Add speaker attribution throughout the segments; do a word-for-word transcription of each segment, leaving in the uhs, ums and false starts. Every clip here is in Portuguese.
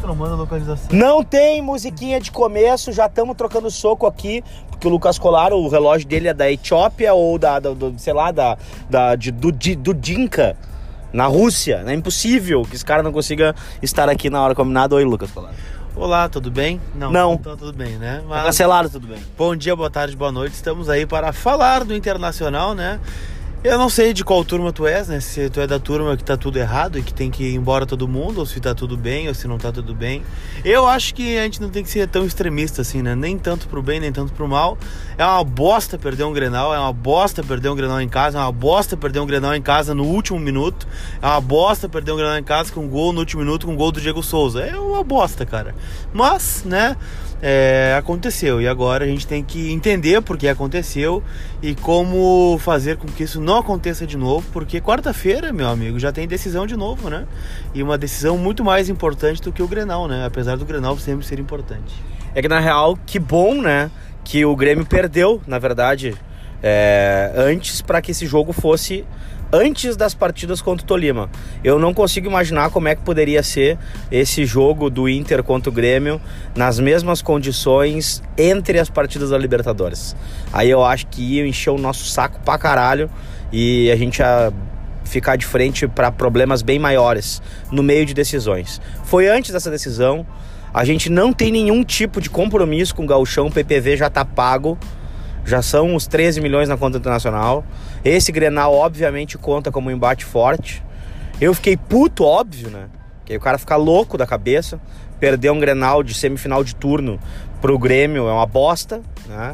Speaker 1: não manda localização.
Speaker 2: Não tem musiquinha de começo, já estamos trocando soco aqui, porque o Lucas Colar, o relógio dele é da Etiópia ou da, da do, sei lá, da, da, de, do, de, do Dinka, na Rússia. É impossível que esse cara não consiga estar aqui na hora combinada. Oi, Lucas Colar.
Speaker 1: Olá, tudo bem?
Speaker 2: Não. Não.
Speaker 1: Então tudo bem, né?
Speaker 2: Mas... cancelado, tudo bem.
Speaker 1: Bom dia, boa tarde, boa noite. Estamos aí para falar do Internacional, né? Eu não sei de qual turma tu és, né? Se tu é da turma que tá tudo errado e que tem que ir embora todo mundo, ou se tá tudo bem, ou se não tá tudo bem. Eu acho que a gente não tem que ser tão extremista assim, né? Nem tanto pro bem, nem tanto pro mal. É uma bosta perder um Grenal, é uma bosta perder um Grenal em casa, é uma bosta perder um Grenal em casa no último minuto, é uma bosta perder um Grenal em casa com um gol no último minuto, com um gol do Diego Souza. É uma bosta, cara. Mas, né... É, aconteceu, e agora a gente tem que entender por que aconteceu e como fazer com que isso não aconteça de novo, porque quarta-feira, meu amigo, já tem decisão de novo, né? E uma decisão muito mais importante do que o Grenal, né? Apesar do Grenal sempre ser importante.
Speaker 2: É que na real, que bom, né? Que o Grêmio perdeu, na verdade, é, antes, para que esse jogo fosse antes das partidas contra o Tolima. Eu não consigo imaginar como é que poderia ser esse jogo do Inter contra o Grêmio nas mesmas condições entre as partidas da Libertadores. Aí eu acho que ia encher o nosso saco pra caralho e a gente ia ficar de frente para problemas bem maiores no meio de decisões. Foi antes dessa decisão, a gente não tem nenhum tipo de compromisso com o Gauchão, o P P V já tá pago. Já são os treze milhões na conta internacional. Esse Grenal, obviamente, conta como um embate forte. Eu fiquei puto, óbvio, né? Que aí o cara fica louco da cabeça. Perder um Grenal de semifinal de turno pro Grêmio é uma bosta, né?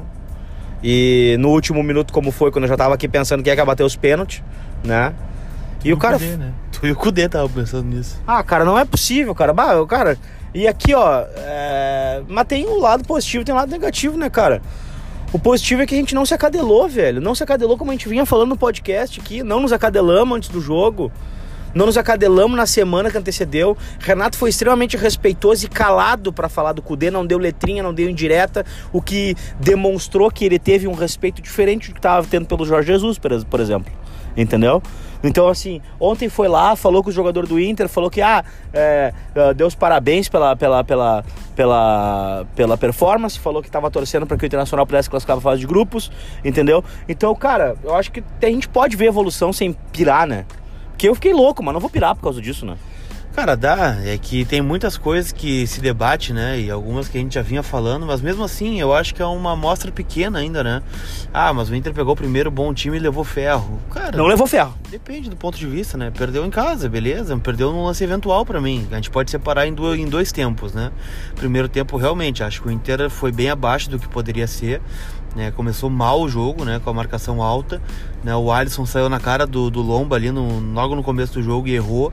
Speaker 2: E no último minuto, como foi, quando eu já tava aqui pensando que ia bater os pênaltis, né? E o, o cara...
Speaker 1: Cudê, né? Tu e o Cudê tava pensando nisso.
Speaker 2: Ah, cara, não é possível, cara. Bah, o cara... E aqui, ó... É... Mas tem um lado positivo e tem um lado negativo, né, cara? O positivo é que a gente não se acadelou, velho. Não se acadelou como a gente vinha falando no podcast aqui. Não nos acadelamos antes do jogo. Não nos acadelamos na semana que antecedeu. Renato foi extremamente respeitoso e calado pra falar do Cudê. Não deu letrinha, não deu indireta. O que demonstrou que ele teve um respeito diferente do que tava tendo pelo Jorge Jesus, por exemplo. Entendeu? Então, assim, ontem foi lá, falou com o jogador do Inter, falou que, ah, é, deu os parabéns pela, pela, pela, pela, pela performance, falou que tava torcendo para que o Internacional pudesse classificar pra fase de grupos, entendeu? Então, cara, eu acho que a gente pode ver evolução sem pirar, né? Porque eu fiquei louco, mas não vou pirar por causa disso, né?
Speaker 1: Cara, dá, é que tem muitas coisas que se debate, né, e algumas que a gente já vinha falando, mas mesmo assim, eu acho que é uma amostra pequena ainda, né? Ah, mas o Inter pegou o primeiro bom time e levou ferro. Cara,
Speaker 2: não levou ferro.
Speaker 1: Depende do ponto de vista, né? Perdeu em casa, beleza, perdeu num lance eventual pra mim. A gente pode separar em dois, em dois tempos, né? Primeiro tempo, realmente, acho que o Inter foi bem abaixo do que poderia ser. Né, começou mal o jogo, né, com a marcação alta, né, o Alisson saiu na cara do, do Lomba ali no, logo no começo do jogo e errou.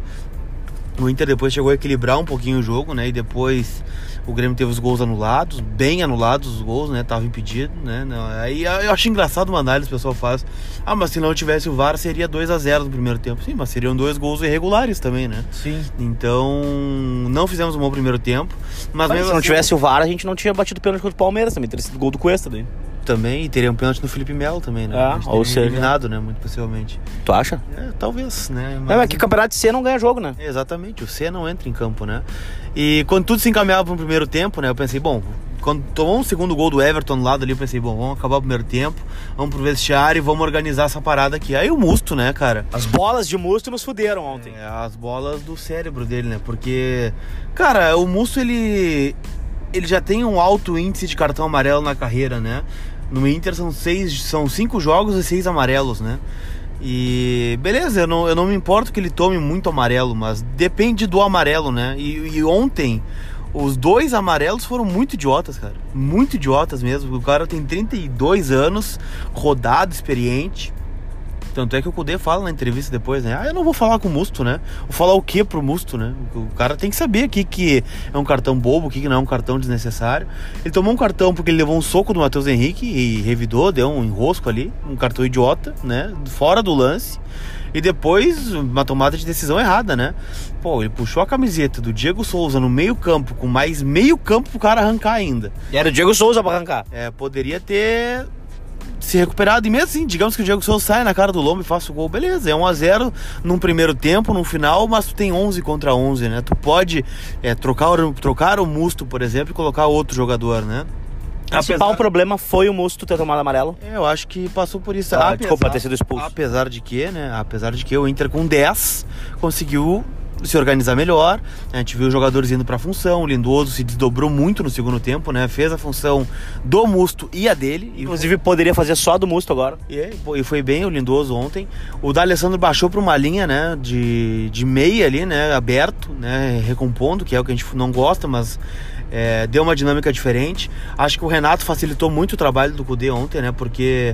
Speaker 1: O Inter depois chegou a equilibrar um pouquinho o jogo, né? E depois o Grêmio teve os gols anulados, bem anulados os gols, né? Tava impedido, né? Aí eu acho engraçado uma análise que o pessoal faz. Ah, mas se não tivesse o V A R seria dois a zero no primeiro tempo. Sim, mas seriam dois gols irregulares também, né?
Speaker 2: Sim.
Speaker 1: Então, não fizemos um bom primeiro tempo. Mas,
Speaker 2: mas
Speaker 1: mesmo
Speaker 2: se não
Speaker 1: assim,
Speaker 2: tivesse o V A R, a gente não tinha batido o pênalti contra o Palmeiras também. Teria sido gol do Cuesta daí.
Speaker 1: Também, e teria um pênalti no Felipe Melo também, né?
Speaker 2: Ah, ou seja,
Speaker 1: eliminado, né? Muito possivelmente.
Speaker 2: Tu acha?
Speaker 1: É, talvez, né?
Speaker 2: Mas... É, é que campeonato de C não ganha jogo, né?
Speaker 1: Exatamente, o C não entra em campo, né? E quando tudo se encaminhava para o primeiro tempo, né? Eu pensei, bom, quando tomou um segundo gol do Everton do lado ali, eu pensei, bom, vamos acabar o primeiro tempo, vamos pro vestiário e vamos organizar essa parada aqui. Aí o Musto, né, cara?
Speaker 2: As bolas de Musto nos fuderam ontem.
Speaker 1: É, as bolas do cérebro dele, né? Porque, cara, o Musto, ele, ele já tem um alto índice de cartão amarelo na carreira, né? No Inter são seis, são cinco jogos e seis amarelos, né? E beleza, eu não, eu não me importo que ele tome muito amarelo, mas depende do amarelo, né? E, e ontem os dois amarelos foram muito idiotas, cara. Muito idiotas mesmo. O cara tem trinta e dois anos, rodado, experiente. Tanto é que o Cudê fala na entrevista depois, né? Ah, eu não vou falar com o Musto, né? Vou falar o que pro Musto, né? O cara tem que saber o que, que é um cartão bobo, o que, que não é um cartão desnecessário. Ele tomou um cartão porque ele levou um soco do Matheus Henrique e revidou, deu um enrosco ali, um cartão idiota, né? Fora do lance. E depois, uma tomada de decisão errada, né? Pô, ele puxou a camiseta do Diego Souza no meio campo, com mais meio campo pro cara arrancar ainda.
Speaker 2: E era o Diego Souza pra arrancar.
Speaker 1: É, poderia ter se recuperado. E mesmo assim, digamos que o Diego Souza sai na cara do lombo e faça o gol, beleza, é um a zero num primeiro tempo, num final, mas tu tem onze contra onze, né? Tu pode é, trocar, trocar o Musto, por exemplo, e colocar outro jogador, né?
Speaker 2: O principal apesar... problema foi o Musto ter tomado amarelo.
Speaker 1: É, eu acho que passou por isso.
Speaker 2: Ah,
Speaker 1: apesar,
Speaker 2: desculpa ter sido expulso.
Speaker 1: Apesar de que, né? Apesar de que o Inter com dez conseguiu se organizar melhor. A gente viu os jogadores indo pra função. O Lindoso se desdobrou muito no segundo tempo, né? Fez a função do Musto e a dele.
Speaker 2: Inclusive poderia fazer só do Musto agora.
Speaker 1: E, e foi bem o Lindoso ontem. O D'Alessandro baixou pra uma linha, né? De, de meia ali, né? Aberto, né? Recompondo, que é o que a gente não gosta, mas é, deu uma dinâmica diferente. Acho que o Renato facilitou muito o trabalho do Kudê ontem, né? Porque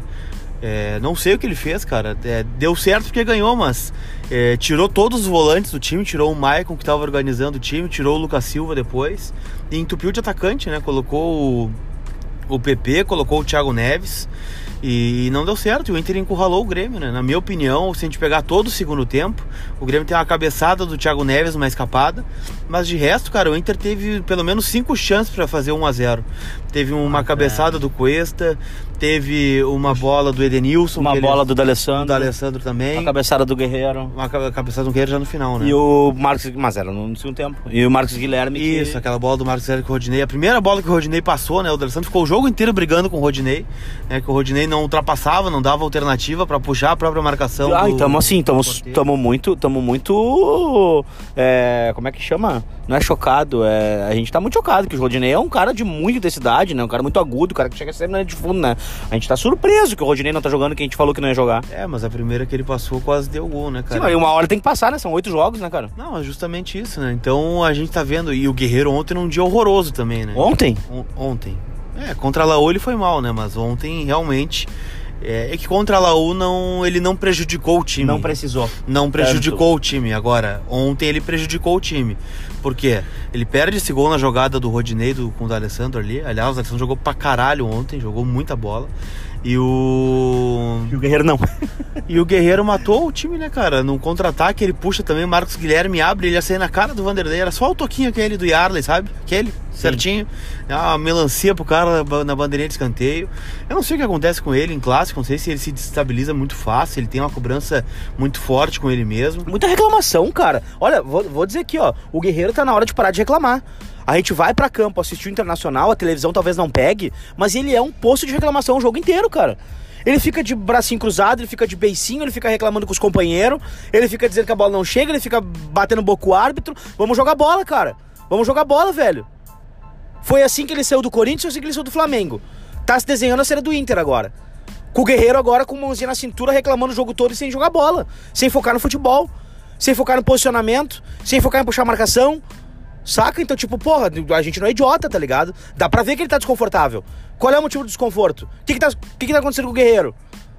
Speaker 1: É, não sei o que ele fez, cara. É, deu certo porque ganhou, mas é, tirou todos os volantes do time, tirou o Maicon que estava organizando o time, tirou o Lucas Silva depois e entupiu de atacante, né? Colocou o, o P P, colocou o Thiago Neves e não deu certo. E o Inter encurralou o Grêmio, né? Na minha opinião, se a gente pegar todo o segundo tempo, o Grêmio tem uma cabeçada do Thiago Neves, uma escapada, mas de resto, cara, o Inter teve pelo menos cinco chances para fazer um a zero. Teve uma ah, cabeçada é. do Cuesta, teve uma bola do Edenilson,
Speaker 2: uma bola ele... do D'Alessandro,
Speaker 1: do D'Alessandro também,
Speaker 2: uma cabeçada do Guerreiro,
Speaker 1: uma cabeçada do Guerreiro já no final, né?
Speaker 2: E o Marcos, mas era no segundo tempo. E o Marcos Guilherme.
Speaker 1: Isso,
Speaker 2: que...
Speaker 1: aquela bola do Marcos Guilherme com o Rodinei, a primeira bola que o Rodinei passou, né? O D'Alessandro ficou o jogo inteiro brigando com o Rodinei, né? Que o Rodinei não ultrapassava, não dava alternativa para puxar a própria marcação.
Speaker 2: Ah,
Speaker 1: do...
Speaker 2: então assim, estamos muito, estamos muito, é, como é que chama? Não é chocado, é, a gente tá muito chocado que o Rodinei é um cara de muita intensidade, né? Um cara muito agudo, um cara que chega sempre na linha de fundo, né? A gente tá surpreso que o Rodinei não tá jogando, que a gente falou que não ia jogar.
Speaker 1: É, mas a primeira que ele passou quase deu gol, né, cara?
Speaker 2: Sim, mas uma hora tem que passar, né? São oito jogos, né, cara?
Speaker 1: Não, é justamente isso, né? Então a gente tá vendo, e o Guerreiro ontem num dia horroroso também, né?
Speaker 2: Ontem?
Speaker 1: On- ontem. É, contra a Laú ele foi mal, né? Mas ontem realmente... É, é que contra a Laú não, ele não prejudicou o time.
Speaker 2: Não precisou.
Speaker 1: Não prejudicou Tanto. o time. Agora, ontem ele prejudicou o time. Por quê? Ele perde esse gol na jogada do Rodinei do, com o D'Alessandro ali. Aliás, o D'Alessandro jogou pra caralho ontem, jogou muita bola. E o...
Speaker 2: E o Guerreiro não.
Speaker 1: E o Guerreiro matou o time, né, cara? No contra-ataque ele puxa também, o Marcos Guilherme abre, ele ia sair na cara do Vanderlei. Era só o toquinho aquele do Yarley, sabe? Aquele, Sim. certinho. Uma melancia pro cara na bandeirinha de escanteio. Eu não sei o que acontece com ele em clássico, não sei se ele se destabiliza muito fácil, ele tem uma cobrança muito forte com ele mesmo.
Speaker 2: Muita reclamação, cara. Olha, vou, vou dizer aqui, ó, o Guerreiro tá na hora de parar de reclamar. A gente vai pra campo assistir o Internacional, a televisão talvez não pegue, mas ele é um poço de reclamação o jogo inteiro, cara. Ele fica de bracinho cruzado, ele fica de beicinho, ele fica reclamando com os companheiros, ele fica dizendo que a bola não chega, ele fica batendo boca com o árbitro. Vamos jogar bola, cara. Vamos jogar bola, velho. Foi assim que ele saiu do Corinthians, foi assim que ele saiu do Flamengo. Tá se desenhando a cena do Inter agora. Com o Guerreiro agora com mãozinha na cintura, reclamando o jogo todo e sem jogar bola. Sem focar no futebol, sem focar no posicionamento, sem focar em puxar a marcação. Saca? Então, tipo, porra, a gente não é idiota, tá ligado? Dá pra ver que ele tá desconfortável. Qual é o motivo do desconforto? O que que tá, que que tá acontecendo com o Guerreiro?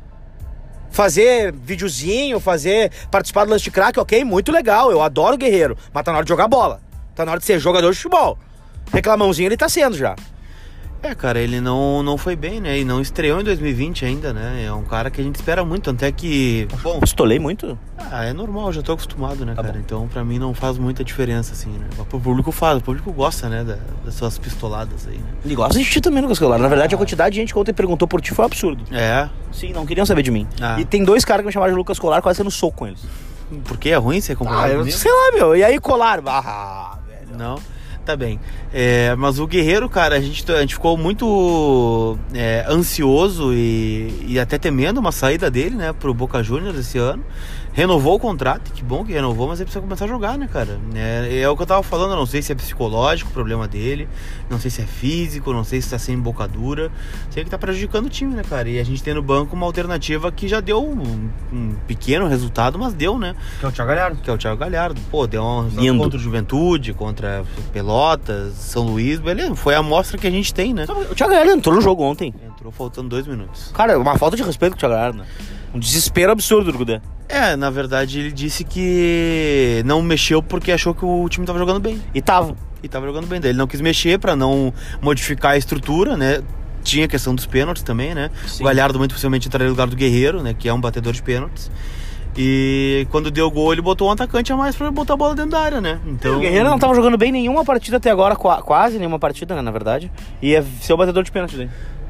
Speaker 2: Fazer videozinho, fazer... Participar do lance de craque, ok, muito legal. Eu adoro o Guerreiro. Mas tá na hora de jogar bola. Tá na hora de ser jogador de futebol. Reclamãozinho ele tá sendo já.
Speaker 1: É, cara, ele não, não foi bem, né? E não estreou em dois mil e vinte ainda, né? É um cara que a gente espera muito, até que...
Speaker 2: Bom, pistolei muito?
Speaker 1: Ah, é normal, já tô acostumado, né,
Speaker 2: tá
Speaker 1: cara?
Speaker 2: Bom.
Speaker 1: Então, pra mim, não faz muita diferença, assim, né? O público faz, o público gosta, né? Da, das suas pistoladas aí, né?
Speaker 2: E gosta de ti também, Lucas Colar. Na verdade, a quantidade de gente que ontem perguntou por ti foi um absurdo.
Speaker 1: É?
Speaker 2: Sim, não queriam saber de mim.
Speaker 1: Ah.
Speaker 2: E tem dois caras que me chamaram de Lucas Colar, quase sendo soco com eles.
Speaker 1: Por que é ruim ser comparado
Speaker 2: ah, eu,
Speaker 1: comigo?
Speaker 2: sei lá, meu. E aí, Colar? Ah, velho.
Speaker 1: Não... Tá bem, é, mas o Guerreiro, cara, a gente, a gente ficou muito é, ansioso e, e até temendo uma saída dele, né, pro Boca Juniors esse ano. Renovou o contrato, que bom que renovou, mas ele precisa começar a jogar, né, cara? É, é o que eu tava falando, eu não sei se é psicológico o problema dele, não sei se é físico, não sei se tá sem embocadura, sei que tá prejudicando o time, né, cara? E a gente tem no banco uma alternativa que já deu um, um pequeno resultado, mas deu, né?
Speaker 2: Que é o Thiago Galhardo.
Speaker 1: Que é o Thiago Galhardo. Pô, deu um resultado contra o Juventude, contra Pelotas, São Luís, beleza, foi a amostra que a gente tem, né?
Speaker 2: O Thiago Galhardo entrou no jogo ontem.
Speaker 1: Entrou faltando dois minutos.
Speaker 2: Cara, uma falta de respeito com o Thiago Galhardo, né? Um desespero absurdo do Gudê.
Speaker 1: É, na verdade ele disse que não mexeu porque achou que o time tava jogando bem.
Speaker 2: E tava.
Speaker 1: E tava jogando bem. Daí ele não quis mexer pra não modificar a estrutura, né? Tinha a questão dos pênaltis também, né? Sim. O Galhardo muito possivelmente entraria no lugar do Guerreiro, né? Que é um batedor de pênaltis. E quando deu gol, ele botou um atacante a mais pra botar a bola dentro da área, né? Então...
Speaker 2: O Guerreiro não tava jogando bem nenhuma partida até agora, quase nenhuma partida, né, na verdade. E ia ser o batedor de pênalti daí.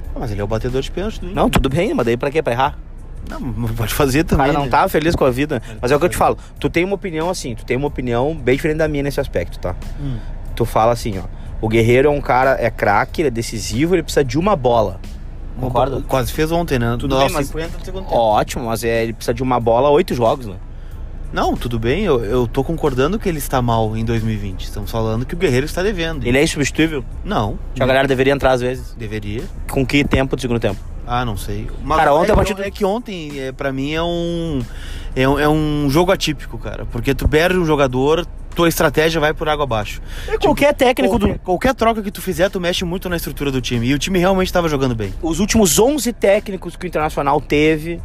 Speaker 1: Mas ele é o batedor de pênalti do Inter.
Speaker 2: Não, tudo bem, mas daí pra quê? Pra errar?
Speaker 1: Não, pode fazer
Speaker 2: O
Speaker 1: também.
Speaker 2: cara não
Speaker 1: né?
Speaker 2: tá feliz com a vida. Mas é o que eu te falo. Tu tem uma opinião assim, tu tem uma opinião bem diferente da minha nesse aspecto, tá?
Speaker 1: Hum.
Speaker 2: Tu fala assim, ó. O Guerreiro é um cara, é craque, ele é decisivo, ele precisa de uma bola. Concorda?
Speaker 1: Quase fez ontem, né?
Speaker 2: Tudo
Speaker 1: Nossa,
Speaker 2: bem, mas-
Speaker 1: cinquenta do segundo tempo.
Speaker 2: Ótimo, mas é, ele precisa de uma bola oito jogos, né?
Speaker 1: Não, tudo bem, eu, eu tô concordando que ele está mal em dois mil e vinte. Estamos falando que o Guerreiro está devendo.
Speaker 2: Ele é insubstituível?
Speaker 1: Não.
Speaker 2: Que a galera deveria entrar às vezes.
Speaker 1: Deveria.
Speaker 2: Com que tempo do segundo tempo?
Speaker 1: Ah, não sei. Mas
Speaker 2: Cara, ontem
Speaker 1: é,
Speaker 2: a partida-
Speaker 1: é que ontem, é, pra mim, é um, é um. É um jogo atípico, cara. Porque tu perde um jogador, tua estratégia vai por água abaixo.
Speaker 2: Qualquer técnico
Speaker 1: Qualquer,
Speaker 2: do...
Speaker 1: qualquer troca que tu fizer, tu mexe muito na estrutura do time. E o time realmente estava jogando bem.
Speaker 2: Os últimos onze técnicos que o Internacional teve,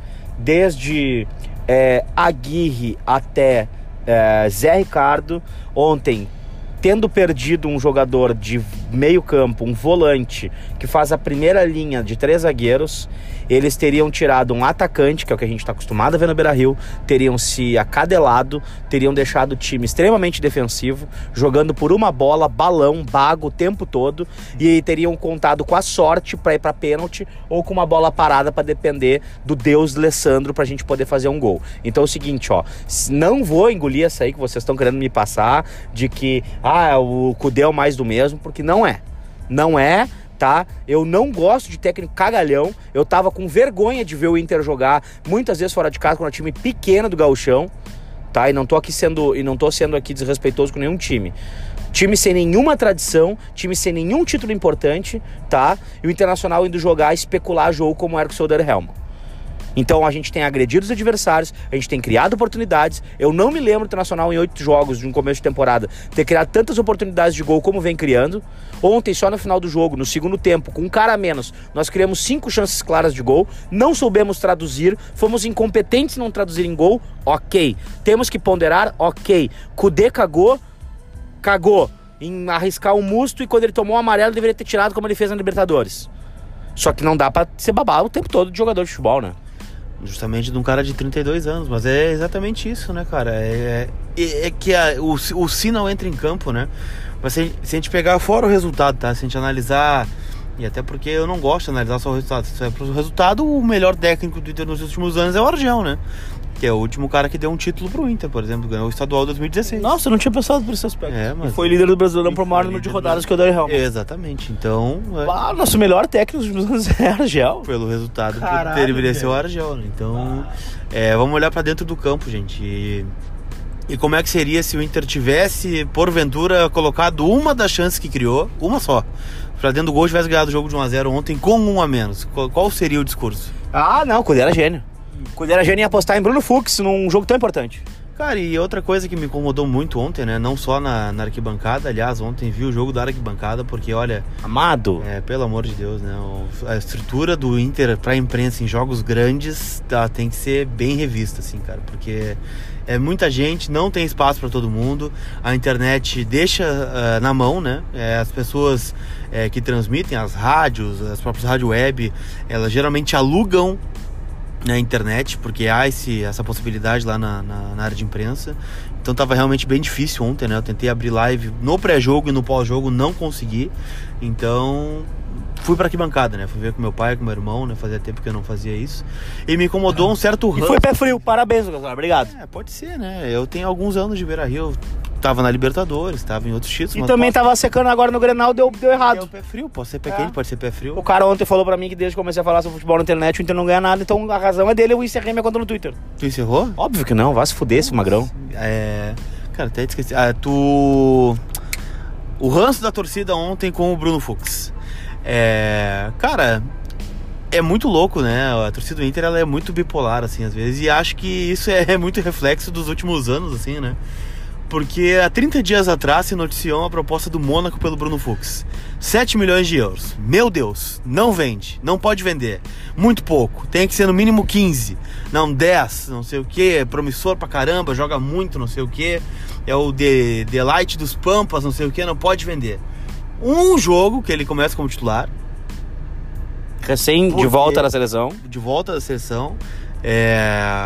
Speaker 2: desde é, Aguirre até é, Zé Ricardo, ontem, tendo perdido um jogador de meio campo, um volante, que faz a primeira linha de três zagueiros, eles teriam tirado um atacante, que é o que a gente está acostumado a ver no Beira-Rio, teriam se acadelado, teriam deixado o time extremamente defensivo, jogando por uma bola, balão, bago o tempo todo, e aí teriam contado com a sorte para ir para pênalti ou com uma bola parada para depender do Deus Alessandro pra gente poder fazer um gol. Então é o seguinte, ó, não vou engolir essa aí que vocês estão querendo me passar, de que ah, o Cudê é o mais do mesmo, porque não é. Não é, tá? Eu não gosto de técnico cagalhão. Eu tava com vergonha de ver o Inter jogar muitas vezes fora de casa com um time pequeno do Gauchão, tá? E não tô aqui sendo, e não tô sendo aqui desrespeitoso com nenhum time. Time sem nenhuma tradição, time sem nenhum título importante, tá? E o Internacional indo jogar, especular jogo como era com o Söderholm. Então a gente tem agredido os adversários, a gente tem criado oportunidades. Eu não me lembro do Internacional em oito jogos de um começo de temporada ter criado tantas oportunidades de gol como vem criando. Ontem, só no final do jogo, no segundo tempo, com um cara a menos, nós criamos cinco chances claras de gol, não soubemos traduzir, fomos incompetentes em não traduzir em gol, ok. Temos que ponderar, ok. Cudê cagou, cagou em arriscar um musto e quando ele tomou o amarelo ele deveria ter tirado como ele fez na Libertadores. Só que não dá pra ser babá o tempo todo de jogador de futebol, né?
Speaker 1: Justamente de um cara de trinta e dois anos, mas é exatamente isso, né, cara? É, é, é que a, o, o Si não entra em campo, né? Mas se, se a gente pegar fora o resultado, tá? Se a gente analisar, e até porque eu não gosto de analisar só o resultado, se é pro resultado, o melhor técnico do Inter nos últimos anos é o Argel, né? Que é o último cara que deu um título pro Inter, por exemplo, ganhou o estadual dois mil e dezesseis.
Speaker 2: Nossa, eu não tinha pensado por esse aspecto.
Speaker 1: É, mas...
Speaker 2: E foi líder do Brasileirão por maior
Speaker 1: foi
Speaker 2: número de
Speaker 1: líder
Speaker 2: rodadas
Speaker 1: do-
Speaker 2: que o Söderholm.
Speaker 1: Exatamente, então... é-
Speaker 2: Ah, nosso melhor técnico dos últimos anos é Argel.
Speaker 1: pelo resultado,
Speaker 2: Caralho,
Speaker 1: por deveria ser o
Speaker 2: velho.
Speaker 1: Argel, né? Então, é, vamos olhar pra dentro do campo, gente. E, e como é que seria se o Inter tivesse, porventura, colocado uma das chances que criou, uma só, pra dentro do gol, tivesse ganhado o jogo de um a zero ontem com um a menos? Qual, qual seria o discurso?
Speaker 2: Ah, não, o Cudê era gênio. O Cudê era gênio em apostar em Bruno Fux num jogo tão importante.
Speaker 1: Cara, e outra coisa que me incomodou muito ontem, né? Não só na, na arquibancada, aliás, ontem vi o jogo da arquibancada, porque olha,
Speaker 2: Amado.
Speaker 1: é, pelo amor de Deus, né? o- A estrutura do Inter pra imprensa em jogos grandes tá, tem que ser bem revista, assim, cara, porque é muita gente, não tem espaço pra todo mundo, a internet deixa ah, na mão, né? É, as pessoas é, que transmitem, as rádios, as próprias rádio web, elas geralmente alugam na internet, porque há esse, essa possibilidade lá na, na, na área de imprensa. Então tava realmente bem difícil ontem, né? Eu tentei abrir live no pré-jogo e no pós-jogo, não consegui. Então fui pra arquibancada, né? Fui ver com meu pai, com meu irmão, né? Fazia tempo que eu não fazia isso. E me incomodou um certo
Speaker 2: E
Speaker 1: ranço.
Speaker 2: foi pé frio, parabéns, Gasol, obrigado.
Speaker 1: É, pode ser, né? Eu tenho alguns anos de Beira-Rio, tava na Libertadores, tava em outros títulos.
Speaker 2: E
Speaker 1: mas
Speaker 2: também
Speaker 1: posso-
Speaker 2: tava secando agora no Grenal, deu, deu
Speaker 1: É
Speaker 2: errado.
Speaker 1: o pé frio, pode ser pé
Speaker 2: É.
Speaker 1: quente, pode ser pé frio.
Speaker 2: O cara ontem falou pra mim que desde que eu comecei a falar sobre futebol na internet, o Inter não ganha nada, então a razão é dele, eu encerrei minha conta no Twitter.
Speaker 1: Tu encerrou?
Speaker 2: Óbvio que não, vai se fuder esse magrão.
Speaker 1: É. Cara, até esqueci. Ah, tu. O ranço da torcida ontem com o Bruno Fux. É. Cara, é muito louco, né? A torcida do Inter ela é muito bipolar, assim, às vezes. E acho que isso é muito reflexo dos últimos anos, assim, né? Porque há trinta dias atrás se noticiou uma proposta do Mônaco pelo Bruno Fux. sete milhões de euros. Meu Deus, não vende, não pode vender. Muito pouco, tem que ser no mínimo quinze. Não, dez, não sei o que. É promissor pra caramba, joga muito, não sei o que. É o de, Delight dos Pampas, não sei o que, não pode vender. Um jogo que ele começa como titular,
Speaker 2: Recém de
Speaker 1: Por
Speaker 2: volta
Speaker 1: quê?
Speaker 2: na seleção.
Speaker 1: de volta da seleção. É...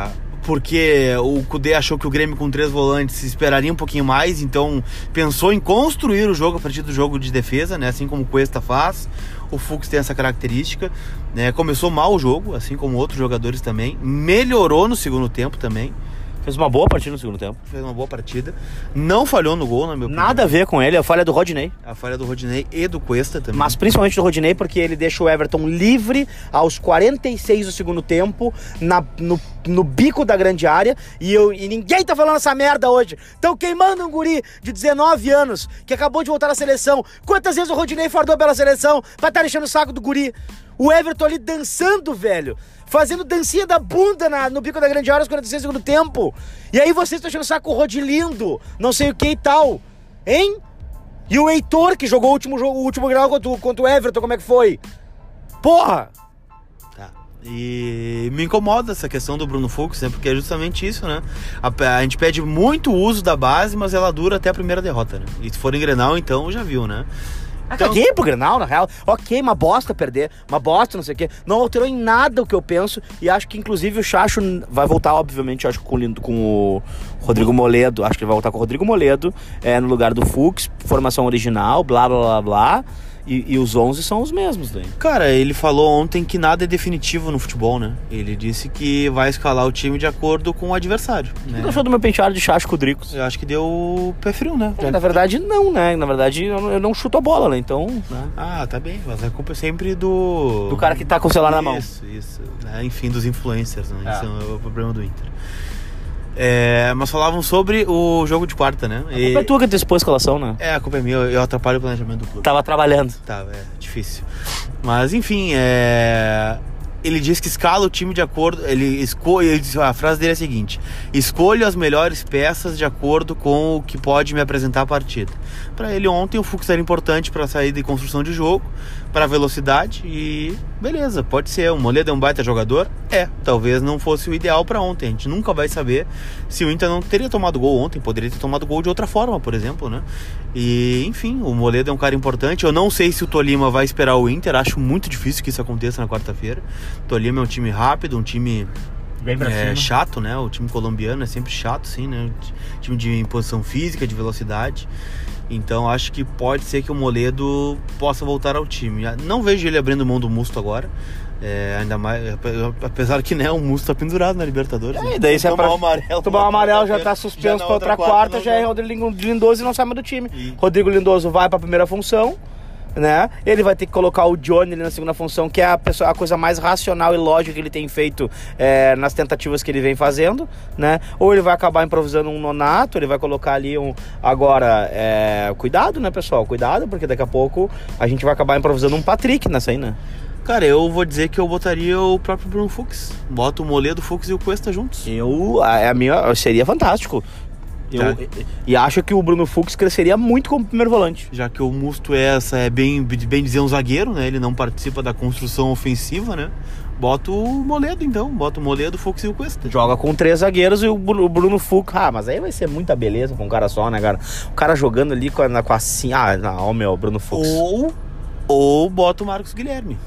Speaker 1: porque o Kudê achou que o Grêmio com três volantes esperaria um pouquinho mais, então pensou em construir o jogo a partir do jogo de defesa, né? Assim como o Cuesta faz. O Fux tem essa característica, né? Começou mal o jogo, assim como outros jogadores também. Melhorou no segundo tempo também.
Speaker 2: Fez uma boa partida no segundo tempo.
Speaker 1: Fez uma boa partida. Não falhou no gol, na minha opinião.
Speaker 2: Nada a ver com ele, a falha do Rodinei.
Speaker 1: A falha do Rodinei e do Cuesta também.
Speaker 2: Mas principalmente do Rodinei, porque ele deixa o Everton livre aos quarenta e seis do segundo tempo, na, no, no bico da grande área. E, eu, e ninguém tá falando essa merda hoje. Estão queimando um guri de dezenove anos, que acabou de voltar à seleção. Quantas vezes o Rodinei fardou pela seleção pra estar enchendo o saco do guri? O Everton ali dançando, velho. Fazendo dancinha da bunda na, no bico da grande área aos quarenta e seis do segundo tempo. E aí vocês estão achando o saco Rodilindo, não sei o que e tal. Hein? E o Heitor, que jogou o último, jogo, o último grau contra, contra o Everton, como é que foi? Porra!
Speaker 1: Tá. E me incomoda essa questão do Bruno Fux, né? Porque é justamente isso, né? A, a gente pede muito uso da base, mas ela dura até a primeira derrota, né? E se for em Grenal, então já viu, né?
Speaker 2: Então... Caguei pro Grenal, na real. Ok, uma bosta perder, uma bosta, não sei o quê. Não alterou em nada o que eu penso. E acho que, inclusive, o Chacho vai voltar, obviamente, acho que com, com o Rodrigo Moledo. Acho que ele vai voltar com o Rodrigo Moledo é, no lugar do Fux. Formação original, blá, blá, blá, blá. E, e os onze são os mesmos, daí.
Speaker 1: Cara, ele falou ontem que nada é definitivo no futebol, né? Ele disse que vai escalar o time de acordo com o adversário, né?
Speaker 2: Você achou do meu penteado de Chacho com o Dricos?
Speaker 1: Eu acho que deu pé frio, né?
Speaker 2: É, na verdade, não, né? Na verdade, eu não, eu não chuto a bola, né? Então... Né?
Speaker 1: Ah, tá bem. Mas a culpa é sempre do...
Speaker 2: Do cara que tá com o celular na mão.
Speaker 1: Isso, isso. Né? Enfim, dos influencers, né?
Speaker 2: É.
Speaker 1: Esse é o problema do Inter. É, mas falavam sobre o jogo de quarta, né?
Speaker 2: A culpa é tua que antecipou a escalação, né?
Speaker 1: É, a culpa é minha, eu atrapalho o planejamento do clube.
Speaker 2: Tava trabalhando.
Speaker 1: Tá, é difícil. Mas enfim, é... ele diz que escala o time de acordo. Ele escolhe. Ele diz, a frase dele é a seguinte: escolho as melhores peças de acordo com o que pode me apresentar a partida. Para ele ontem o Fux era importante para a saída e construção de jogo, para a velocidade e beleza, pode ser. O Moledo é um baita jogador? É, talvez não fosse o ideal para ontem. A gente nunca vai saber se o Inter não teria tomado gol ontem, poderia ter tomado gol de outra forma, por exemplo, né? E enfim, o Moledo é um cara importante. Eu não sei se o Tolima vai esperar o Inter, acho muito difícil que isso aconteça na quarta-feira. O Tolima é um time rápido, um time
Speaker 2: bem pra
Speaker 1: é,
Speaker 2: cima.
Speaker 1: chato, né? O time colombiano é sempre chato, sim, né? Time de imposição física, de velocidade. Então acho que pode ser que o Moledo possa voltar ao time. Não vejo ele abrindo mão do Musto agora. É, ainda mais, apesar que né, o Musto tá pendurado na Libertadores.
Speaker 2: É, e daí se é pra...
Speaker 1: o amarelo,
Speaker 2: tomar o amarelo já tá suspenso pra outra quarta, quarta já é Rodrigo Lindoso e não sai mais do time. E... Rodrigo Lindoso vai pra primeira função, né? Ele vai ter que colocar o Johnny ali na segunda função, que é a, pessoa, a coisa mais racional e lógica que ele tem feito é, nas tentativas que ele vem fazendo, né? Ou ele vai acabar improvisando um Nonato, ele vai colocar ali um... Agora, é... cuidado, né, pessoal? Cuidado, porque daqui a pouco a gente vai acabar improvisando um Patrick nessa aí, né?
Speaker 1: Cara, eu vou dizer que eu botaria o próprio Bruno Fux. Bota o Moledo, o Fux e o Cuesta juntos.
Speaker 2: Eu... A, a minha... Seria fantástico. Eu, tá. e, e acho que o Bruno Fux cresceria muito como primeiro volante.
Speaker 1: Já que o Musto é, essa, é bem, bem dizer um zagueiro, né? Ele não participa da construção ofensiva, né? Bota o Moledo então, bota o Moledo, o Fux e o Cuesta.
Speaker 2: Joga com três zagueiros e o Bruno Fux. Ah, mas aí vai ser muita beleza com um cara só, né, cara? O cara jogando ali com a, com a assim. Ah, não, meu, Bruno Fux.
Speaker 1: Ou, ou bota o Marcos Guilherme.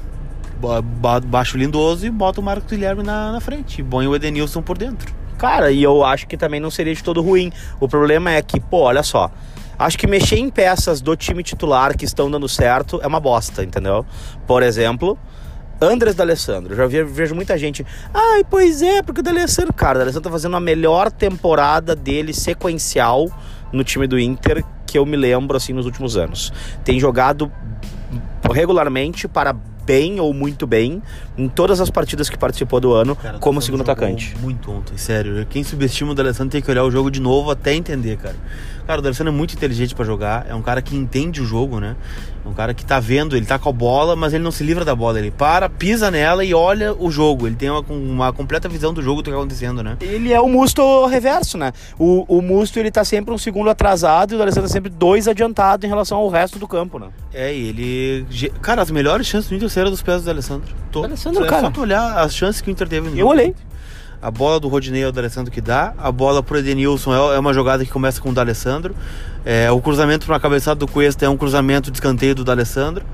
Speaker 1: Baixa o Lindoso e bota o Marcos Guilherme na, na frente. E põe o Edenilson por dentro.
Speaker 2: Cara, e eu acho que também não seria de todo ruim. O problema é que, pô, olha só. Acho que mexer em peças do time titular que estão dando certo é uma bosta, entendeu? Por exemplo, Andrés D'Alessandro. Eu já vi, vejo muita gente. Ai, pois é, porque o D'Alessandro... Cara, o D'Alessandro tá fazendo a melhor temporada dele sequencial no time do Inter que eu me lembro, assim, nos últimos anos. Tem jogado regularmente para... bem ou muito bem em todas as partidas que participou do ano. Cara, como segundo atacante.
Speaker 1: Muito ontem, sério. Quem subestima o D'Alessandro tem que olhar o jogo de novo até entender, cara. Cara, o D'Alessandro é muito inteligente pra jogar, é um cara que entende o jogo, né? É um cara que tá vendo, ele tá com a bola, mas ele não se livra da bola. Ele para, pisa nela e olha o jogo. Ele tem uma, uma completa visão do jogo do que tá acontecendo, né?
Speaker 2: Ele é o Musto reverso, né? O, o Musto, ele tá sempre um segundo atrasado e o D'Alessandro é sempre dois adiantado em relação ao resto do campo, né?
Speaker 1: É, e ele... Cara, as melhores chances do Inter saíram dos pés do D'Alessandro. Tô,
Speaker 2: D'Alessandro,
Speaker 1: é
Speaker 2: cara.
Speaker 1: só tu olhar as chances que o Inter teve no
Speaker 2: Eu
Speaker 1: jogo.
Speaker 2: olhei.
Speaker 1: A bola do Rodinei é o D'Alessandro que dá. A bola pro Edenilson é uma jogada que começa com o D'Alessandro. É, o cruzamento para a cabeçada do Cuesta é um cruzamento de escanteio do D'Alessandro.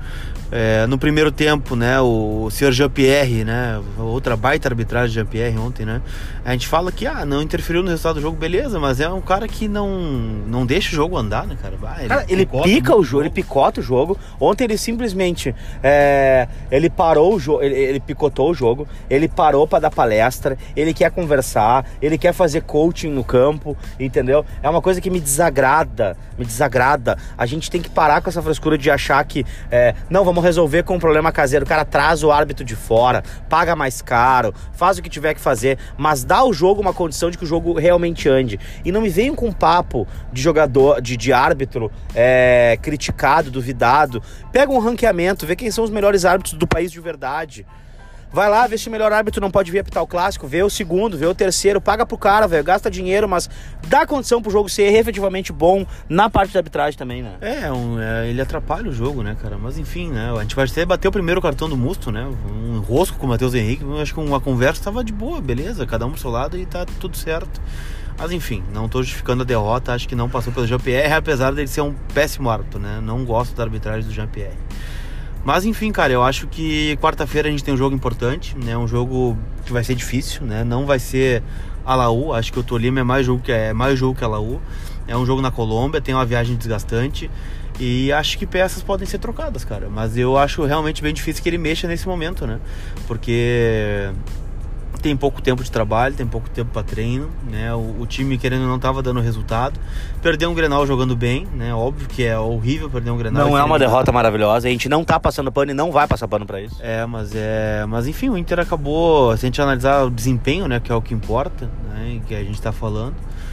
Speaker 1: É, no primeiro tempo, né, o senhor Jean-Pierre, né, outra baita arbitragem de Jean-Pierre ontem, né, a gente fala que, ah, não interferiu no resultado do jogo, beleza, mas é um cara que não, não deixa o jogo andar, né, cara? Ah, ele
Speaker 2: cara, ele pica o jogo, ele picota o jogo. Ontem ele simplesmente, é, ele parou o jogo, ele, ele picotou o jogo, ele parou pra dar palestra, ele quer conversar, ele quer fazer coaching no campo, entendeu? É uma coisa que me desagrada, me desagrada. A gente tem que parar com essa frescura de achar que, é, não, vamos resolver com um problema caseiro. O cara traz o árbitro de fora, paga mais caro, faz o que tiver que fazer, mas dá ao jogo uma condição de que o jogo realmente ande. E não me venham com um papo de jogador, de, de árbitro é, criticado, duvidado. Pega um ranqueamento, vê quem são os melhores árbitros do país de verdade. Vai lá, vê se o melhor árbitro não pode vir apitar o clássico, vê o segundo, vê o terceiro, paga pro cara, velho, gasta dinheiro, mas dá condição pro jogo ser efetivamente bom na parte da arbitragem também, né?
Speaker 1: É, um, é, ele atrapalha o jogo, né, cara? Mas enfim, né? A gente vai até bater o primeiro cartão do Musto, né? Um enrosco com o Matheus Henrique, eu acho que uma conversa tava de boa, beleza, cada um pro seu lado e tá tudo certo. Mas enfim, não tô justificando a derrota, acho que não passou pelo Jean-Pierre, apesar dele ser um péssimo árbitro, né? Não gosto da arbitragem do Jean-Pierre. Mas enfim, cara, eu acho que quarta-feira a gente tem um jogo importante, né? Um jogo que vai ser difícil, né? Não vai ser a Laú, acho que o Tolima é mais jogo que é mais jogo que a Laú. É um jogo na Colômbia, tem uma viagem desgastante e acho que peças podem ser trocadas, cara. Mas eu acho realmente bem difícil que ele mexa nesse momento, né? Porque tem pouco tempo de trabalho, tem pouco tempo para treino, né? O, o time, querendo ou não, tava dando resultado. Perdeu um Grenal jogando bem, né? Óbvio que é horrível perder um Grenal.
Speaker 2: Não é uma derrota maravilhosa, a gente não tá passando pano e não vai passar pano para isso.
Speaker 1: É, mas é, mas enfim, o Inter acabou, se a gente analisar o desempenho, né, que é o que importa, né, que a gente tá falando.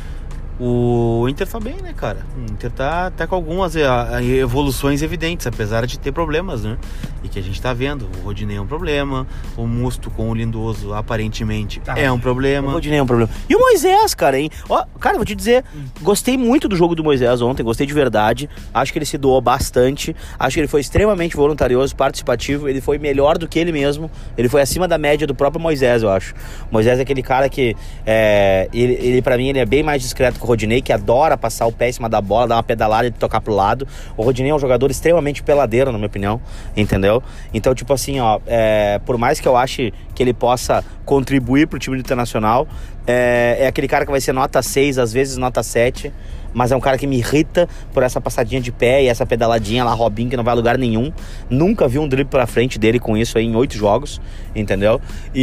Speaker 1: O Inter tá bem, né, cara? O Inter tá, tá com algumas evoluções evidentes, apesar de ter problemas, né? E que a gente tá vendo. O Rodinei é um problema, o Musto com o Lindoso aparentemente ah, é um problema.
Speaker 2: O Rodinei é um problema. E o Moisés, cara, hein? Ó, cara, vou te dizer, gostei muito do jogo do Moisés ontem, gostei de verdade. Acho que ele se doou bastante. Acho que ele foi extremamente voluntarioso, participativo. Ele foi melhor do que ele mesmo. Ele foi acima da média do próprio Moisés, eu acho. O Moisés é aquele cara que, é, ele, ele pra mim, ele é bem mais discreto que o Rodinei, que adora passar o pé em cima da bola, dar uma pedalada e tocar pro lado. O Rodinei é um jogador extremamente peladeiro, na minha opinião, entendeu? Então, tipo assim, ó, é, por mais que eu ache que ele possa contribuir pro time do Internacional, é, é aquele cara que vai ser nota seis, às vezes nota sete, mas é um cara que me irrita por essa passadinha de pé e essa pedaladinha lá, Robinho, que não vai a lugar nenhum. Nunca vi um drible pra frente dele com isso aí em oito jogos, entendeu?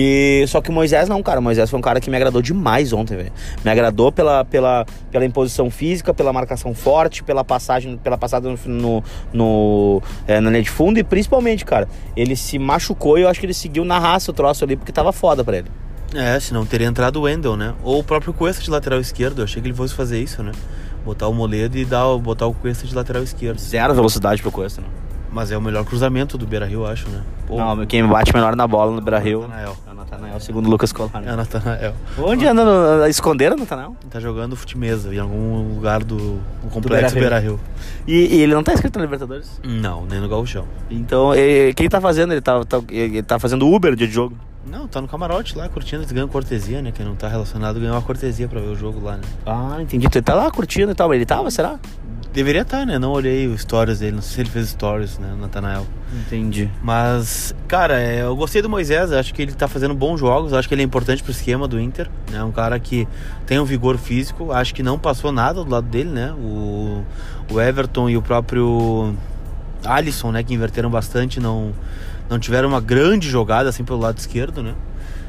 Speaker 2: E só que o Moisés não, cara. O Moisés foi um cara que me agradou demais ontem, velho. Me agradou pela, pela, pela imposição física, pela marcação forte, pela passagem, pela passada no, no, no é, na linha de fundo e principalmente, cara, ele se machucou e eu acho que ele seguiu na raça o troço ali porque tava foda pra ele.
Speaker 1: É, senão teria entrado o Wendel, né? Ou o próprio Cuesta de lateral esquerdo. Eu achei que ele fosse fazer isso, né? Botar o Moledo e dar, botar o Cuesta de lateral esquerdo.
Speaker 2: Zero velocidade pro Cuesta, né?
Speaker 1: Mas é o melhor cruzamento do Beira-Rio, eu acho, né?
Speaker 2: Pô, não, quem bate melhor na bola no Beira-Rio é o Natanael. É o Natanael, segundo o Lucas Colar.
Speaker 1: É o Natanael.
Speaker 2: Onde anda? No, esconderam o Natanael?
Speaker 1: Tá jogando futimesa em algum lugar do, do complexo do Beira-Rio.
Speaker 2: E, e ele não tá inscrito na Libertadores?
Speaker 1: Não, nem no Gauchão.
Speaker 2: Então, e, quem tá fazendo? Ele tá, tá, ele tá fazendo Uber dia de jogo?
Speaker 1: Não, tá no camarote lá, curtindo, eles ganham cortesia, né? Quem não tá relacionado ganhou uma cortesia pra ver o jogo lá, né?
Speaker 2: Ah, entendi. Ele tá lá curtindo e tal, mas ele tava, será?
Speaker 1: Deveria estar, né? Não olhei os stories dele, não sei se ele fez stories, né? Natanael.
Speaker 2: Entendi.
Speaker 1: Mas, cara, é, eu gostei do Moisés, acho que ele tá fazendo bons jogos, acho que ele é importante pro esquema do Inter, né? Um cara que tem um vigor físico, acho que não passou nada do lado dele, né? O, o Everton e o próprio Alisson, né? Que inverteram bastante, não, não tiveram uma grande jogada assim pelo lado esquerdo, né?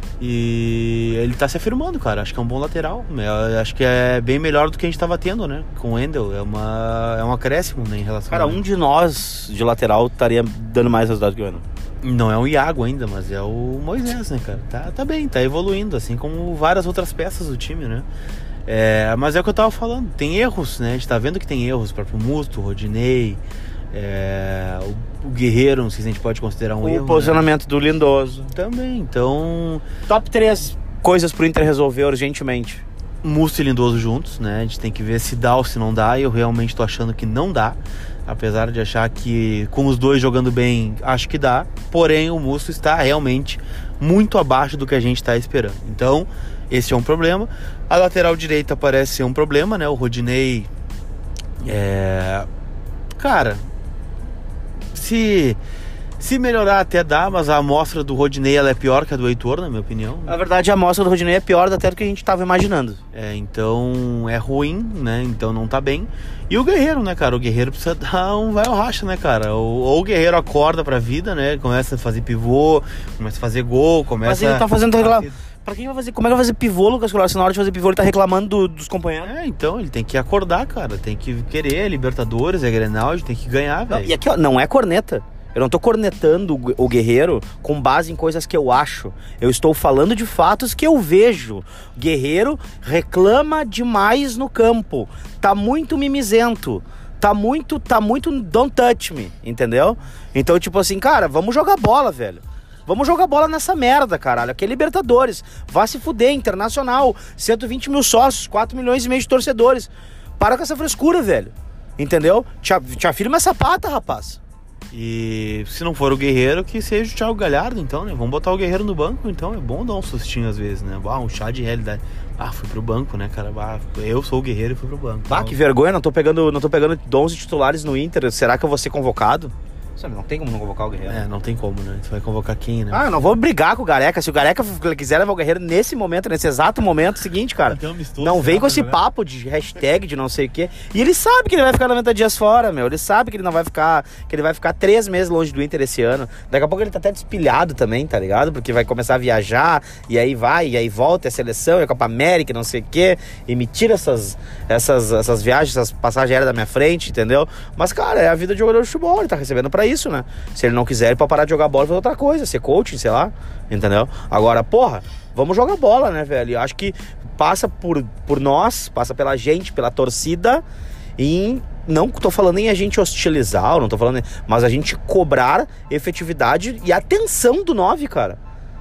Speaker 1: E ele tá se afirmando, cara. Acho que é um bom lateral. Eu acho que é bem melhor do que a gente tava tendo, né? Com o Wendel. É, uma, é um acréscimo, né, em relação
Speaker 2: Cara,
Speaker 1: a...
Speaker 2: um de nós de lateral estaria dando mais resultado que o Wendel.
Speaker 1: Não é o Iago ainda, mas é o Moisés, né, cara? Tá, tá bem, tá evoluindo, assim como várias outras peças do time, né? É, mas é o que eu tava falando. Tem erros, né? A gente tá vendo que tem erros. O próprio Musto, o Rodinei... É, o, o Guerreiro, não sei se a gente pode considerar um
Speaker 2: o
Speaker 1: erro.
Speaker 2: O posicionamento, né, do Lindoso.
Speaker 1: Também, então...
Speaker 2: Top três coisas pro Inter resolver urgentemente.
Speaker 1: Musto e Lindoso juntos, né? A gente tem que ver se dá ou se não dá. E eu realmente tô achando que não dá. Apesar de achar que com os dois jogando bem, acho que dá. Porém, o Musto está realmente muito abaixo do que a gente está esperando. Então, esse é um problema. A lateral direita parece ser um problema, né? O Rodinei... É... Cara... Se, Se melhorar até dá, mas a amostra do Rodinei ela é pior que a do Heitor, na minha opinião.
Speaker 2: Na verdade, a amostra do Rodinei é pior até do que a gente tava imaginando.
Speaker 1: É, então é ruim, né? Então não tá bem. E o Guerreiro, né, cara? O Guerreiro precisa dar um vai ao racha, né, cara? Ou, ou o Guerreiro acorda pra vida, né? Começa a fazer pivô, começa a fazer gol, começa...
Speaker 2: Mas ele tá fazendo... Reclam... Pra quem vai fazer... Como é que vai fazer pivô, Lucas Colar? Se na hora de fazer pivô ele tá reclamando do, dos companheiros.
Speaker 1: É, então ele tem que acordar, cara. Tem que querer, Libertadores, é Grenal, tem que ganhar, velho.
Speaker 2: E aqui, ó, não é corneta. Eu não tô cornetando o Guerreiro com base em coisas que eu acho. Eu estou falando de fatos que eu vejo. Guerreiro reclama demais no campo. Tá muito mimizento. Tá muito, tá muito don't touch me, entendeu? Então, tipo assim, cara, vamos jogar bola, velho. Vamos jogar bola nessa merda, caralho. Aqui é Libertadores. Vá se fuder, Internacional. cento e vinte mil sócios, quatro milhões e meio de torcedores. Para com essa frescura, velho. Entendeu? Te, te afirma essa pata, rapaz.
Speaker 1: E se não for o Guerreiro, que seja o Thiago Galhardo, então, né? Vamos botar o Guerreiro no banco, então é bom dar um sustinho às vezes, né? Ah, um chá de realidade. Ah, fui pro banco, né, cara? Ah, eu sou o Guerreiro e fui pro banco.
Speaker 2: Ah, então... que vergonha, não tô pegando, não tô pegando onze titulares no Inter. Será que eu vou ser convocado? Não tem como não convocar o Guerreiro.
Speaker 1: É, não tem como, né? Você vai convocar quem, né?
Speaker 2: Ah, eu não vou brigar com o Gareca. Se o Gareca quiser levar o Guerreiro nesse momento, nesse exato momento, seguinte, cara, não vem com esse papo de hashtag, de não sei o quê. E ele sabe que ele vai ficar noventa dias fora, meu. Ele sabe que ele não vai ficar, que ele vai ficar três meses longe do Inter esse ano. Daqui a pouco ele tá até despilhado também, tá ligado? Porque vai começar a viajar, e aí vai, e aí volta, é seleção, é Copa América, não sei o quê. E me tira essas, essas, essas viagens, essas passagens aéreas da minha frente, entendeu? Mas, cara, é a vida de jogador de futebol, ele tá recebendo pra isso, né? Se ele não quiser, ele pode parar de jogar bola e fazer outra coisa, ser coaching, sei lá, entendeu? Agora, porra, vamos jogar bola, né, velho? Eu acho que passa por, por nós, passa pela gente, pela torcida, e não tô falando em a gente hostilizar, não tô falando, mas a gente cobrar efetividade e atenção do nove, cara.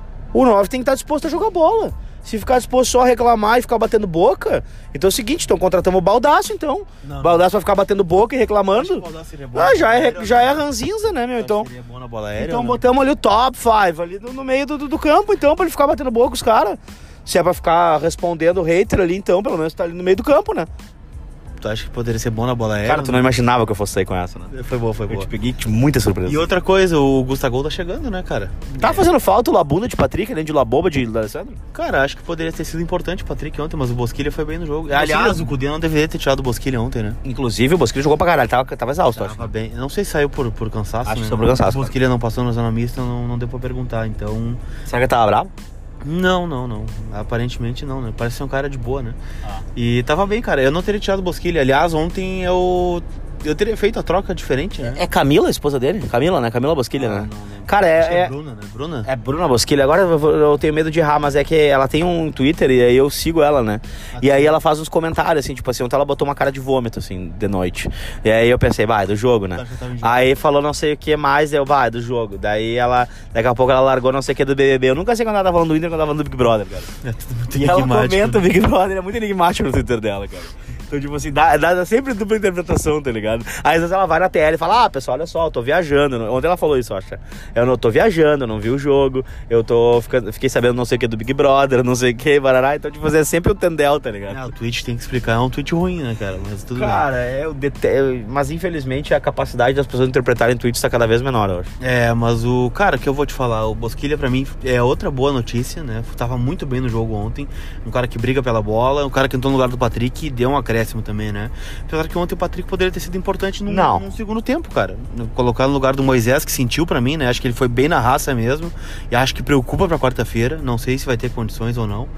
Speaker 2: O nove tem que estar disposto a jogar bola. Se ficar disposto só a reclamar e ficar batendo boca, então é o seguinte, então contratamos o Baldasso, então. Não, o Baldasso vai ficar batendo boca e reclamando. Ah, já é, já é ranzinza, né, meu? Então,
Speaker 1: seria bom na bola aérea,
Speaker 2: então
Speaker 1: né?
Speaker 2: Botamos ali o top five ali no, no meio do, do campo, então, pra ele ficar batendo boca os caras. Se é pra ficar respondendo o hater ali, então, pelo menos tá ali no meio do campo, né?
Speaker 1: Tu acha que poderia ser bom na bola aérea?
Speaker 2: Cara, tu não imaginava que eu fosse sair com essa, né?
Speaker 1: Foi boa, foi boa.
Speaker 2: Eu te peguei de muita surpresa.
Speaker 1: E outra coisa, o Gustavo tá chegando, né, cara?
Speaker 2: Tá
Speaker 1: é.
Speaker 2: fazendo falta o Labunda de Patrick, além de Laboba de Alessandro?
Speaker 1: Cara, acho que poderia ter sido importante o Patrick ontem, mas o Bosquilha foi bem no jogo. Aliás, o Cudê não deveria ter tirado o Bosquilha ontem, né?
Speaker 2: Inclusive, o Bosquilha jogou pra caralho, tava, tava exausto,
Speaker 1: tava bem. Não sei se saiu por, por cansaço,
Speaker 2: acho
Speaker 1: né?
Speaker 2: que saiu por cansaço.
Speaker 1: O Bosquilha não passou na zona mista, não, não deu pra perguntar, então...
Speaker 2: Será que ele tava bravo?
Speaker 1: Não, não, não. Aparentemente não, né? Parece ser um cara de boa, né? Ah. E tava bem, cara. Eu não teria tirado o Bosquilha. Aliás, ontem eu... Eu teria feito a troca diferente, né?
Speaker 2: É Camila, a esposa dele? Camila, né? Camila Bosquilha,
Speaker 1: ah,
Speaker 2: né?
Speaker 1: Não, não.
Speaker 2: Cara, é...
Speaker 1: é Bruna, né? Bruna?
Speaker 2: É Bruna Bosquilha. Agora eu, eu tenho medo de errar, mas é que ela tem um Twitter e aí eu sigo ela, né? Ah, e aí ela faz uns comentários, assim, tipo assim, ontem ela botou uma cara de vômito, assim, de noite. E aí eu pensei, vai, é do jogo, né? Aí falou não sei o que mais, eu, vai, é do jogo. Daí ela, daqui a pouco ela largou não sei o que do B B B. Eu nunca sei quando ela tá falando do Inter, quando ela tá falando do Big Brother, cara.
Speaker 1: É tudo muito
Speaker 2: e ela comenta o Big Brother, é muito enigmático no Twitter dela, cara. Então, tipo assim, dá, dá sempre dupla interpretação, tá ligado? Aí às vezes ela vai na T L e fala, ah, pessoal, olha só, eu tô viajando. Ontem ela falou isso, eu acho. Eu não tô viajando, eu não vi o jogo, eu tô ficando, fiquei sabendo não sei o que do Big Brother, não sei o que, barará. Então, tipo, é sempre o Tendel, tá ligado?
Speaker 1: É, o tweet tem que explicar, é um tweet ruim, né, cara? Mas tudo
Speaker 2: cara, bem. é o dete... Mas infelizmente a capacidade das pessoas interpretarem tweets tá cada vez menor, eu acho.
Speaker 1: É, mas o cara que eu vou te falar, o Bosquilha pra mim é outra boa notícia, né? Tava muito bem no jogo ontem. Um cara que briga pela bola, um cara que entrou no lugar do Patrick e deu um acréscimo também, né? Apesar que ontem o Patrick poderia ter sido importante num, num segundo tempo, cara. Colocar no lugar do Moisés, que sentiu pra mim, né? Acho que ele foi bem na raça mesmo. E acho que preocupa pra quarta-feira. Não sei se vai ter condições ou não.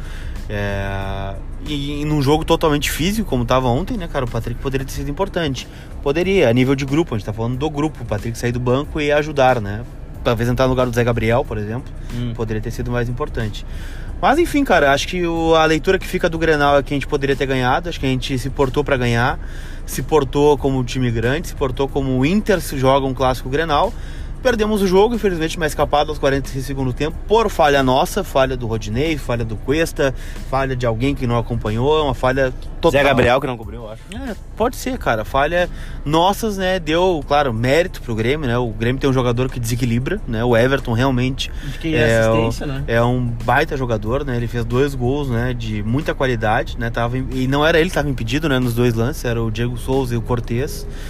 Speaker 1: É... E, e num jogo totalmente físico, como tava ontem, né, cara? O Patrick poderia ter sido importante. Poderia, a nível de grupo. A gente tá falando do grupo. O Patrick sair do banco e ajudar, né? Talvez entrar no lugar do Zé Gabriel, por exemplo. Hum. Poderia ter sido mais importante. Mas enfim, cara, acho que o, a leitura que fica do Grenal é que a gente poderia ter ganhado. Acho que a gente se portou pra ganhar. Se portou como um time grande. Se portou como o Inter se joga um clássico Grenal. Perdemos o jogo, infelizmente, mais escapado aos quarenta e seis do segundo tempo, por falha nossa, falha do Rodinei, falha do Cuesta, falha de alguém que não acompanhou, uma falha total.
Speaker 2: Zé Gabriel que não cobriu, eu acho.
Speaker 1: É, pode ser, cara. Falha nossas, né? Deu, claro, mérito pro Grêmio, né? O Grêmio tem um jogador que desequilibra, né? O Everton realmente
Speaker 2: que é, assistência,
Speaker 1: o,
Speaker 2: né?
Speaker 1: é um baita jogador, né? Ele fez dois gols, né? De muita qualidade, né? Tava, e não era ele que estava impedido, né? Nos dois lances, era o Diego Souza e o Cortez.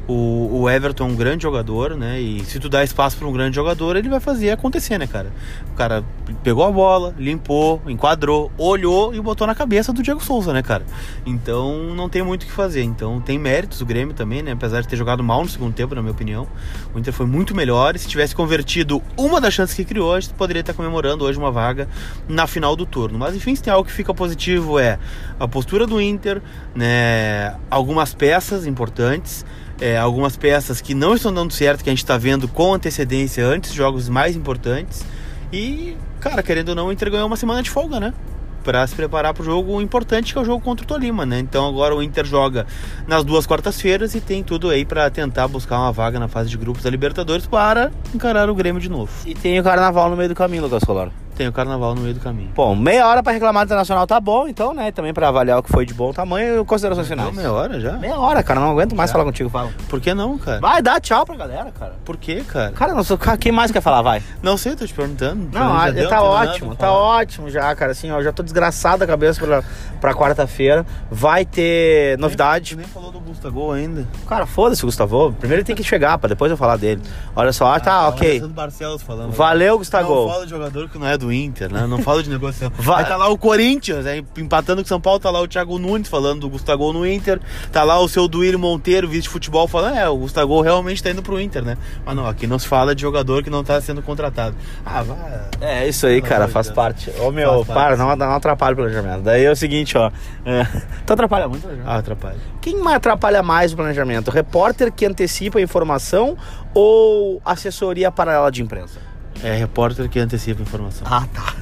Speaker 1: O, o Everton é um grande jogador, né? E se tu dá espaço para um grande jogador, ele vai fazer acontecer, né, cara? O cara pegou a bola, limpou, enquadrou, olhou e botou na cabeça do Diego Souza, né, cara? Então não tem muito o que fazer. Então tem méritos o Grêmio também, né? Apesar de ter jogado mal no segundo tempo, na minha opinião. O Inter foi muito melhor e se tivesse convertido uma das chances que criou, a gente poderia estar comemorando hoje uma vaga na final do turno. Mas enfim, se tem algo que fica positivo é a postura do Inter, né? Algumas peças importantes, é, algumas peças que não estão dando certo, que a gente está vendo com antecedência antes de jogos mais importantes. E, cara, querendo ou não, o Inter ganhou uma semana de folga, né? Para se preparar para o jogo importante, que é o jogo contra o Tolima, né? Então agora o Inter joga nas duas quartas-feiras e tem tudo aí para tentar buscar uma vaga na fase de grupos da Libertadores para encarar o Grêmio de novo.
Speaker 2: E tem o Carnaval no meio do caminho, Lucas Colar.
Speaker 1: Tem o Carnaval no meio do caminho.
Speaker 2: Bom, meia hora pra reclamar do Internacional tá bom, então, né? Também pra avaliar o que foi de bom tamanho e considerações finais.
Speaker 1: Meia hora já?
Speaker 2: Meia hora, cara. Não aguento mais já falar contigo, fala.
Speaker 1: Por que não, cara?
Speaker 2: Vai, dá tchau pra galera, cara.
Speaker 1: Por que, cara?
Speaker 2: Cara, não sou... quem mais quer falar, vai?
Speaker 1: Não sei, tô te perguntando.
Speaker 2: Não, ah,
Speaker 1: deu,
Speaker 2: tá
Speaker 1: nada,
Speaker 2: ótimo, tá ótimo já, cara. Assim, ó, já tô desgraçado a cabeça pra, pra quarta-feira. Vai ter novidade.
Speaker 1: Nem, nem falou do Gustavo ainda.
Speaker 2: Cara, foda-se o Gustavo. Primeiro ele tem que chegar, pra depois eu falar dele. Olha só, ah, tá,
Speaker 1: ah,
Speaker 2: ok.
Speaker 1: Barcelos falando.
Speaker 2: Valeu, Gustavo.
Speaker 1: Não fala de jogador que não é do Inter, né? Não fala de negociação.
Speaker 2: Vai.
Speaker 1: Aí tá lá o Corinthians, aí, empatando com São Paulo, tá lá o Thiago Nunes falando do Gustavo no Inter. Tá lá o seu Duílio Monteiro, vice de futebol, falando, é, o Gustavo realmente tá indo pro Inter, né? Mas não, aqui não se fala de jogador que não tá sendo contratado. Ah, vai.
Speaker 2: É, isso aí, cara, faz Deus. parte. Ô, meu, faz para, não, não atrapalha o planejamento. Daí é o seguinte, ó. É... Tu atrapalha muito o planejamento?
Speaker 1: Ah, atrapalha.
Speaker 2: Quem mais atrapalha mais o planejamento? O repórter que antecipa a informação ou assessoria paralela de imprensa?
Speaker 1: É, repórter que antecipa a informação.
Speaker 2: Ah, tá.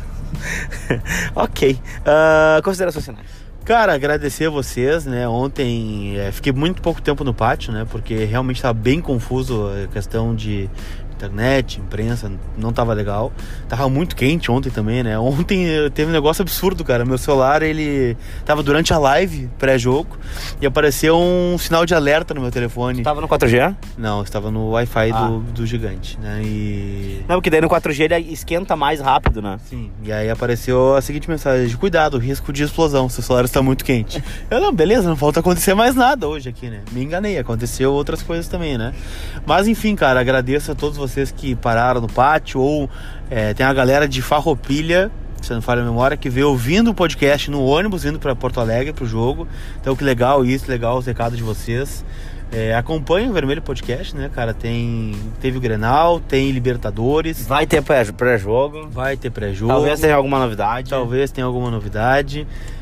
Speaker 2: Ok. Uh, considerações finais.
Speaker 1: Cara, agradecer a vocês, né? Ontem é, fiquei muito pouco tempo no pátio, né? Porque realmente estava bem confuso a questão de internet, imprensa, não tava legal. Tava muito quente ontem também, né? Ontem teve um negócio absurdo, cara. Meu celular, ele tava durante a live pré-jogo e apareceu um sinal de alerta no meu telefone.
Speaker 2: Tava no quatro G?
Speaker 1: Não, estava no Wi-Fi
Speaker 2: ah.
Speaker 1: do, do gigante, né? E...
Speaker 2: Não, porque daí no quatro G ele esquenta mais rápido, né?
Speaker 1: Sim, e aí apareceu a seguinte mensagem: cuidado, risco de explosão, seu celular está muito quente. Eu, não, beleza, não falta acontecer mais nada hoje aqui, né? Me enganei, aconteceu outras coisas também, né? Mas enfim, cara, agradeço a todos vocês vocês que pararam no pátio, ou é, tem a galera de Farroupilha, se não falha a memória, que veio ouvindo o podcast no ônibus, indo para Porto Alegre pro jogo. Então que legal isso, legal os recados de vocês. É, acompanha o Vermelho Podcast, né, cara? Tem, teve o Grenal, tem Libertadores.
Speaker 2: Vai ter pré-jogo.
Speaker 1: Vai ter pré-jogo.
Speaker 2: Talvez tenha alguma novidade.
Speaker 1: Talvez tenha alguma novidade.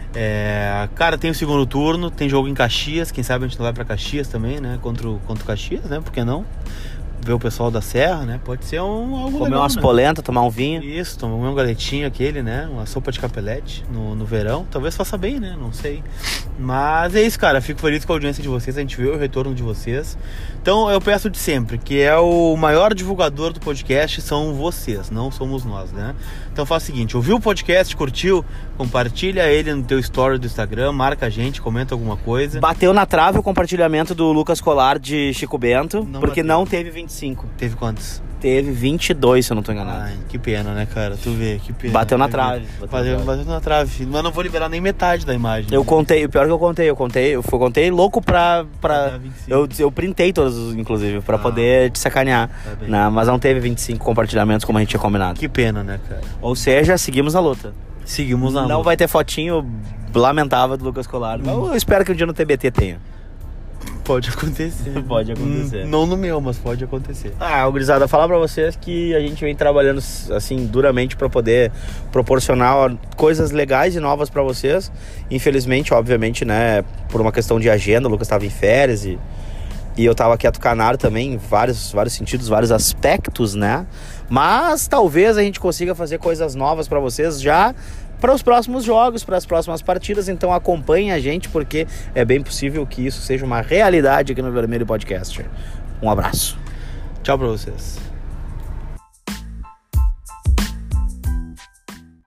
Speaker 1: É, cara, tem o segundo turno, tem jogo em Caxias. Quem sabe a gente não vai pra Caxias também, né? Contra o, contra o Caxias, né? Por que não? Ver o pessoal da Serra, né? Pode ser um, algo
Speaker 2: Comer
Speaker 1: legal,
Speaker 2: umas
Speaker 1: né?
Speaker 2: polentas, tomar um vinho.
Speaker 1: Isso, tomar um galetinho aquele, né? Uma sopa de capelete no, no verão. Talvez faça bem, né? Não sei. Mas é isso, cara. Fico feliz com a audiência de vocês. A gente vê o retorno de vocês. Então eu peço de sempre, que é o maior divulgador do podcast são vocês, não somos nós, né? Então faz o seguinte, ouviu o podcast, curtiu? Compartilha ele no teu story do Instagram, marca a gente, comenta alguma coisa.
Speaker 2: Bateu na trave o compartilhamento do Lucas Colar de Chico Bento,
Speaker 1: Não
Speaker 2: porque
Speaker 1: bateu.
Speaker 2: não teve vinte e cinco.
Speaker 1: Teve quantos?
Speaker 2: Teve vinte e dois, se eu não tô enganado.
Speaker 1: Ai, que pena, né, cara? Tu vê, que pena.
Speaker 2: Bateu na
Speaker 1: Tu
Speaker 2: trave.
Speaker 1: vê.
Speaker 2: Bateu
Speaker 1: Bateu,
Speaker 2: na trave.
Speaker 1: bateu na trave. Mas não vou liberar nem metade da imagem.
Speaker 2: Eu contei, o pior é que eu contei, eu contei, eu fui, contei louco pra... pra
Speaker 1: Ah, vinte e cinco.
Speaker 2: eu, eu printei todos, inclusive, pra
Speaker 1: Ah,
Speaker 2: poder te sacanear.
Speaker 1: tá bem.
Speaker 2: Não, mas não teve vinte e cinco compartilhamentos como a gente tinha combinado.
Speaker 1: Que pena, né, cara?
Speaker 2: Ou seja, seguimos a luta.
Speaker 1: Seguimos na
Speaker 2: Não
Speaker 1: luta.
Speaker 2: vai ter fotinho lamentável do Lucas Colar. Mas eu espero que um dia no T B T tenha.
Speaker 1: Pode acontecer.
Speaker 2: Pode acontecer.
Speaker 1: Hum, não no meu, mas pode acontecer.
Speaker 2: Ah, gurizada, falar pra vocês que a gente vem trabalhando assim duramente pra poder proporcionar coisas legais e novas pra vocês. Infelizmente, obviamente, né, por uma questão de agenda, o Lucas tava em férias e, e eu tava aqui atucanado também em vários, vários sentidos, vários aspectos, né? Mas talvez a gente consiga fazer coisas novas pra vocês já para os próximos jogos, para as próximas partidas. Então acompanhe a gente, porque é bem possível que isso seja uma realidade aqui no Vermelho Podcast. Um abraço.
Speaker 1: Tchau pra vocês.